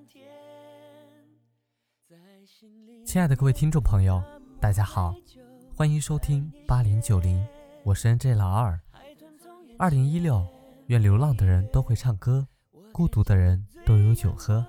亲爱的各位听众朋友，大家好，欢迎收听8090，我是 NJ 老二。2016，愿流浪的人都会唱歌，孤独的人都有酒喝。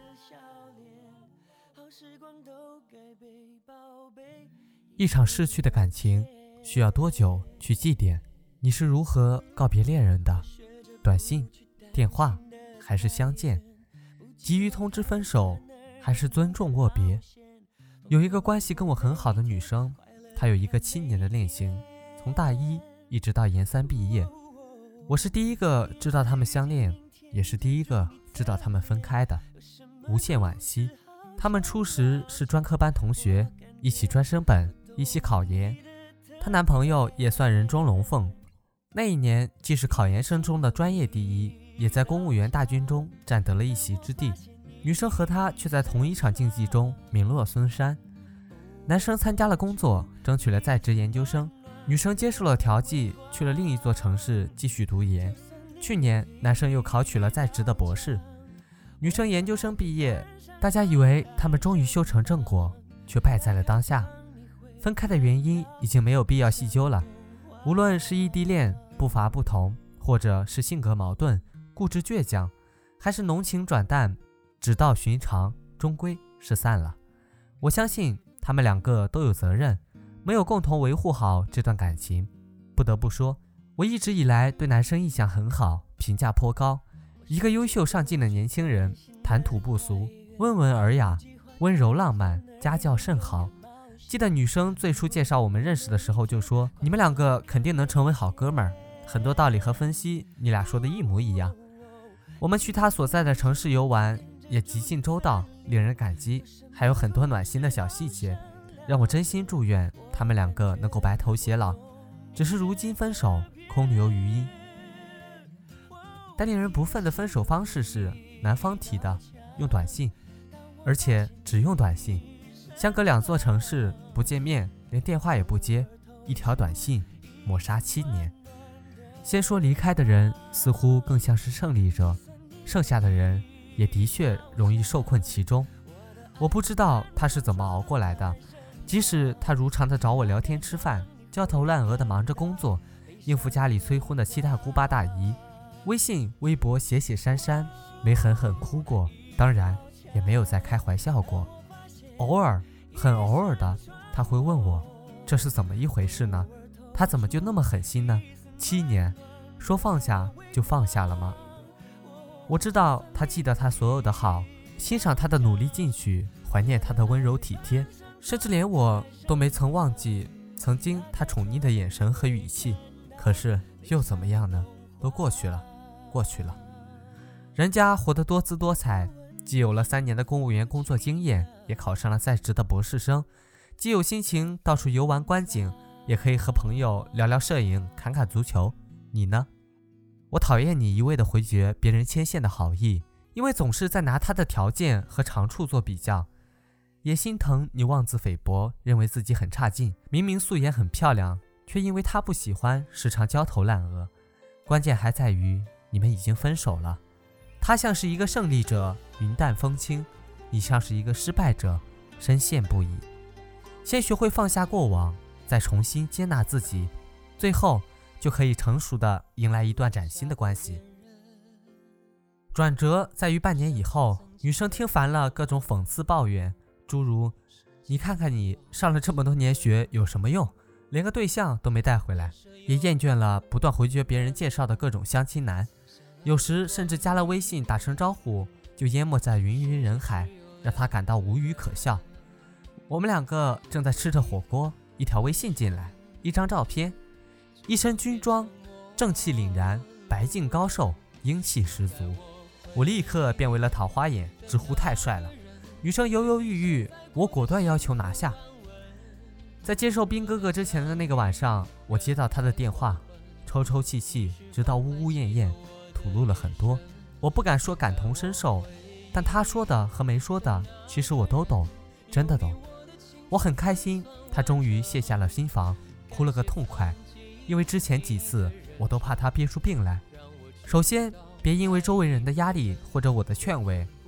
一场逝去的感情需要多久去祭奠？你是如何告别恋人的？短信、电话还是相见？急于通知分手还是尊重握别？有一个关系跟我很好的女生，她有一个7年的恋情，从大一一直到研3毕业。我是第一个知道他们相恋，也是第一个知道他们分开的，无限惋惜。他们初时是专科班同学，一起专升本，一起考研。她男朋友也算人中龙凤，那一年既是考研生中的专业第一，也在公务员大军中占得了一席之地。女生和他却在同一场竞技中名落孙山。男生参加了工作，争取了在职研究生，女生接受了调剂，去了另一座城市继续读研。去年男生又考取了在职的博士，女生研究生毕业，大家以为他们终于修成正果，却败在了当下。分开的原因已经没有必要细究了，无论是异地恋步伐不同，或者是性格矛盾固执倔强，还是浓情转淡只道寻常，终归是散了。我相信他们两个都有责任，没有共同维护好这段感情。不得不说，我一直以来对男生印象很好，评价颇高。一个优秀上进的年轻人，谈吐不俗，温文尔雅，温柔浪漫，家教甚好。记得女生最初介绍我们认识的时候就说，你们两个肯定能成为好哥们儿，很多道理和分析你俩说的一模一样。我们去他所在的城市游玩也极尽周到，令人感激，还有很多暖心的小细节，让我真心祝愿他们两个能够白头偕老。只是如今分手，空留余音。但令人不忿的分手方式是男方提的，用短信，而且只用短信，相隔2座城市，不见面，连电话也不接，一条短信抹杀7年。先说离开的人似乎更像是胜利者，剩下的人也的确容易受困其中。我不知道他是怎么熬过来的，即使他如常的找我聊天吃饭，焦头烂额的忙着工作，应付家里催婚的7大姑8大姨，微信微博写写删删，没狠狠哭过，当然也没有再开怀笑过。偶尔，很偶尔的，他会问我，这是怎么一回事呢？他怎么就那么狠心呢？7年，说放下就放下了吗？我知道他记得他所有的好，欣赏他的努力进取，怀念他的温柔体贴，甚至连我都没曾忘记曾经他宠溺的眼神和语气。可是又怎么样呢？都过去了，过去了。人家活得多姿多彩，既有了3年的公务员工作经验，也考上了在职的博士生，既有心情到处游玩观景，也可以和朋友聊聊摄影，侃侃足球。你呢？我讨厌你一味地回绝别人牵线的好意，因为总是在拿他的条件和长处做比较，也心疼你妄自菲薄，认为自己很差劲，明明素颜很漂亮，却因为他不喜欢，时常焦头烂额。关键还在于你们已经分手了，他像是一个胜利者，云淡风轻，你像是一个失败者，深陷不已。先学会放下过往，再重新接纳自己，最后就可以成熟地迎来一段崭新的关系。转折在于半年以后，女生听烦了各种讽刺抱怨，诸如你看看你上了这么多年学有什么用，连个对象都没带回来，也厌倦了不断回绝别人介绍的各种相亲男，有时甚至加了微信打声招呼就淹没在芸芸人海，让他感到无语可笑。我们两个正在吃着火锅，一条微信进来，一张照片，一身军装，正气凛然，白净高瘦，英气十足。我立刻变为了桃花眼，直呼太帅了。女生犹犹豫豫，我果断要求拿下。在接受兵哥哥之前的那个晚上，我接到他的电话，抽抽泣泣，直到呜呜咽咽，吐露了很多。我不敢说感同身受，但他说的和没说的，其实我都懂，真的懂。我很开心，他终于卸下了心防，哭了个痛快，因为之前几次我都怕他憋出病来。首先，别因为周围人的压力或者我的劝慰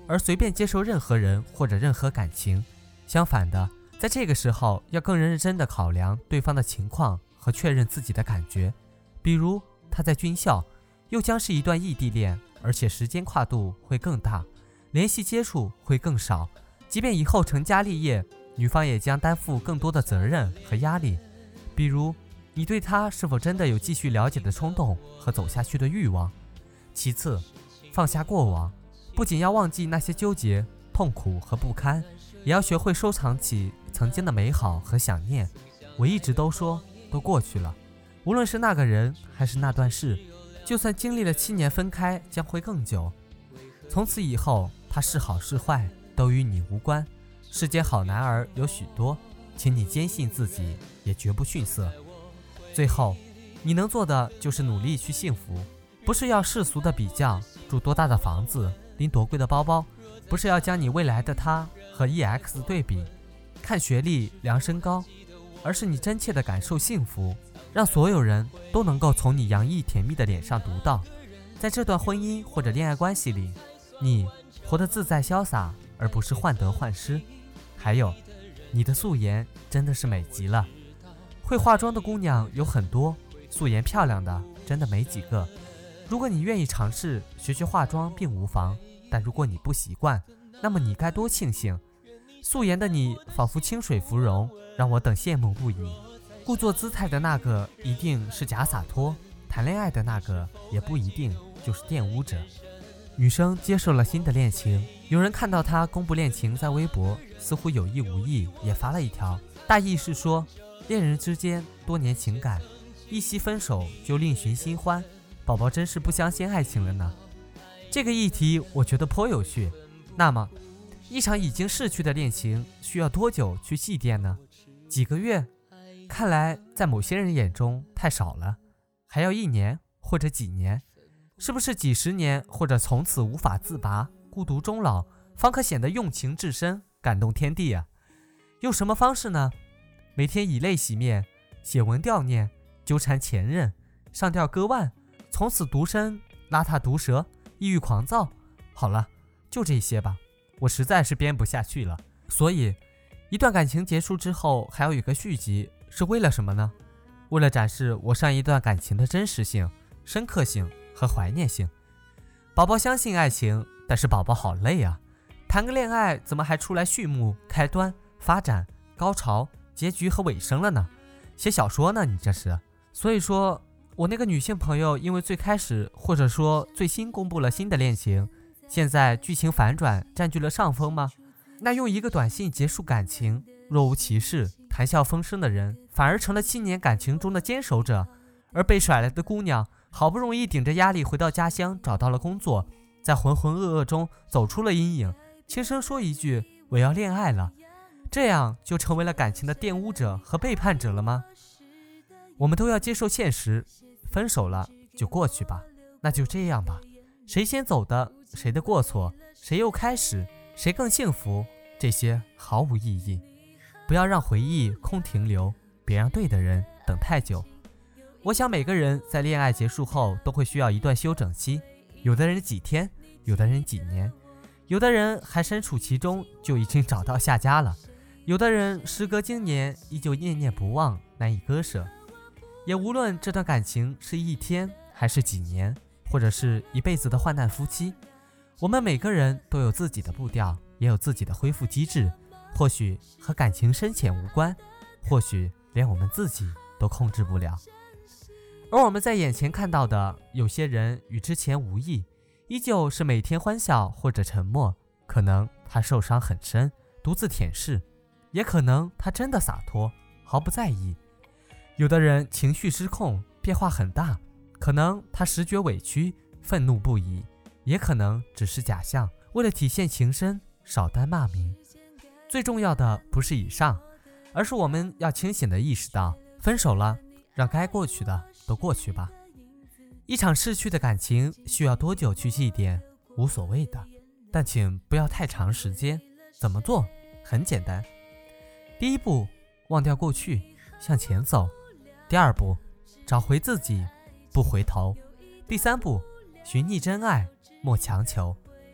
而随便接受任何人或者任何感情。相反的，在这个时候要更认真地考量对方的情况和确认自己的感觉。比如他在军校，又将是一段异地恋，而且时间跨度会更大，联系接触会更少。即便以后成家立业，女方也将担负更多的责任和压力。比如你对他是否真的有继续了解的冲动和走下去的欲望。其次，放下过往，不仅要忘记那些纠结、痛苦和不堪，也要学会收藏起曾经的美好和想念。我一直都说，都过去了，无论是那个人还是那段事，就算经历了7年分开，将会更久。从此以后，他是好是坏都与你无关。世间好男儿有许多，请你坚信自己也绝不逊色。最后，你能做的就是努力去幸福，不是要世俗的比较，住多大的房子，拎多贵的包包，不是要将你未来的他和 EX 对比，看学历量身高，而是你真切的感受幸福，让所有人都能够从你洋溢甜蜜的脸上读到，在这段婚姻或者恋爱关系里，你活得自在潇洒，而不是患得患失。还有，你的素颜真的是美极了。会化妆的姑娘有很多，素颜漂亮的真的没几个。如果你愿意尝试学化妆并无妨，但如果你不习惯，那么你该多庆幸。素颜的你仿佛清水芙蓉，让我等羡慕不已。故作姿态的那个一定是假洒脱，谈恋爱的那个也不一定就是玷污者。女生接受了新的恋情，有人看到她公布恋情在微博，似乎有意无意也发了一条，大意是说，恋人之间多年情感，一夕分手就另寻新欢，宝宝真是不相信爱情了呢。这个议题我觉得颇有趣。那么一场已经逝去的恋情需要多久去祭奠呢？几个月？看来在某些人眼中太少了，还要1年或者几年？是不是几十年，或者从此无法自拔，孤独终老，方可显得用情至深，感动天地啊？用什么方式呢？每天以泪洗面，写文悼念，纠缠前任，上吊割腕，从此独身，邋遢毒舌，抑郁狂躁。好了，就这些吧，我实在是编不下去了。所以一段感情结束之后还要有个续集，是为了什么呢？为了展示我上一段感情的真实性、深刻性和怀念性。宝宝相信爱情，但是宝宝好累啊，谈个恋爱怎么还出来序幕、开端、发展、高潮、结局和尾声了呢？写小说呢你这是？所以说我那个女性朋友因为最开始或者说最新公布了新的恋情，现在剧情反转占据了上风吗？那用一个短信结束感情，若无其事谈笑风生的人反而成了7年感情中的坚守者，而被甩来的姑娘好不容易顶着压力回到家乡，找到了工作，在浑浑噩噩中走出了阴影，轻声说一句我要恋爱了，这样就成为了感情的玷污者和背叛者了吗？我们都要接受现实，分手了就过去吧，那就这样吧，谁先走的，谁的过错，谁又开始，谁更幸福，这些毫无意义。不要让回忆空停留，别让对的人等太久。我想每个人在恋爱结束后都会需要一段休整期，有的人几天，有的人几年，有的人还身处其中就已经找到下家了，有的人时隔经年依旧念念不忘，难以割舍。也无论这段感情是1天还是几年，或者是一辈子的患难夫妻，我们每个人都有自己的步调，也有自己的恢复机制，或许和感情深浅无关，或许连我们自己都控制不了。而我们在眼前看到的有些人与之前无异，依旧是每天欢笑或者沉默，可能他受伤很深，独自舔舐，也可能他真的洒脱，毫不在意。有的人情绪失控，变化很大，可能他实觉委屈，愤怒不已，也可能只是假象，为了体现情深，少担骂名。最重要的不是以上，而是我们要清醒地意识到，分手了，让该过去的都过去吧。一场逝去的感情需要多久去祭奠，无所谓的，但请不要太长时间。怎么做？很简单。第一步，忘掉过去，向前走。第二步，找回自己，不回头。第三步，寻觅真爱，莫强求。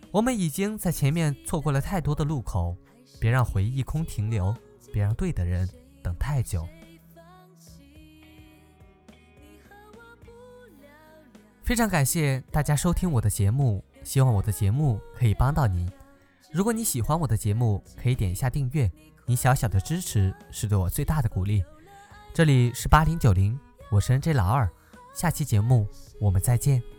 我们已经在前面错过了太多的路口，别让回忆空停留，别让对的人等太久。非常感谢大家收听我的节目，希望我的节目可以帮到你。如果你喜欢我的节目，可以点一下订阅，你小小的支持是对我最大的鼓励。这里是8090，我是NJ 老二，下期节目我们再见。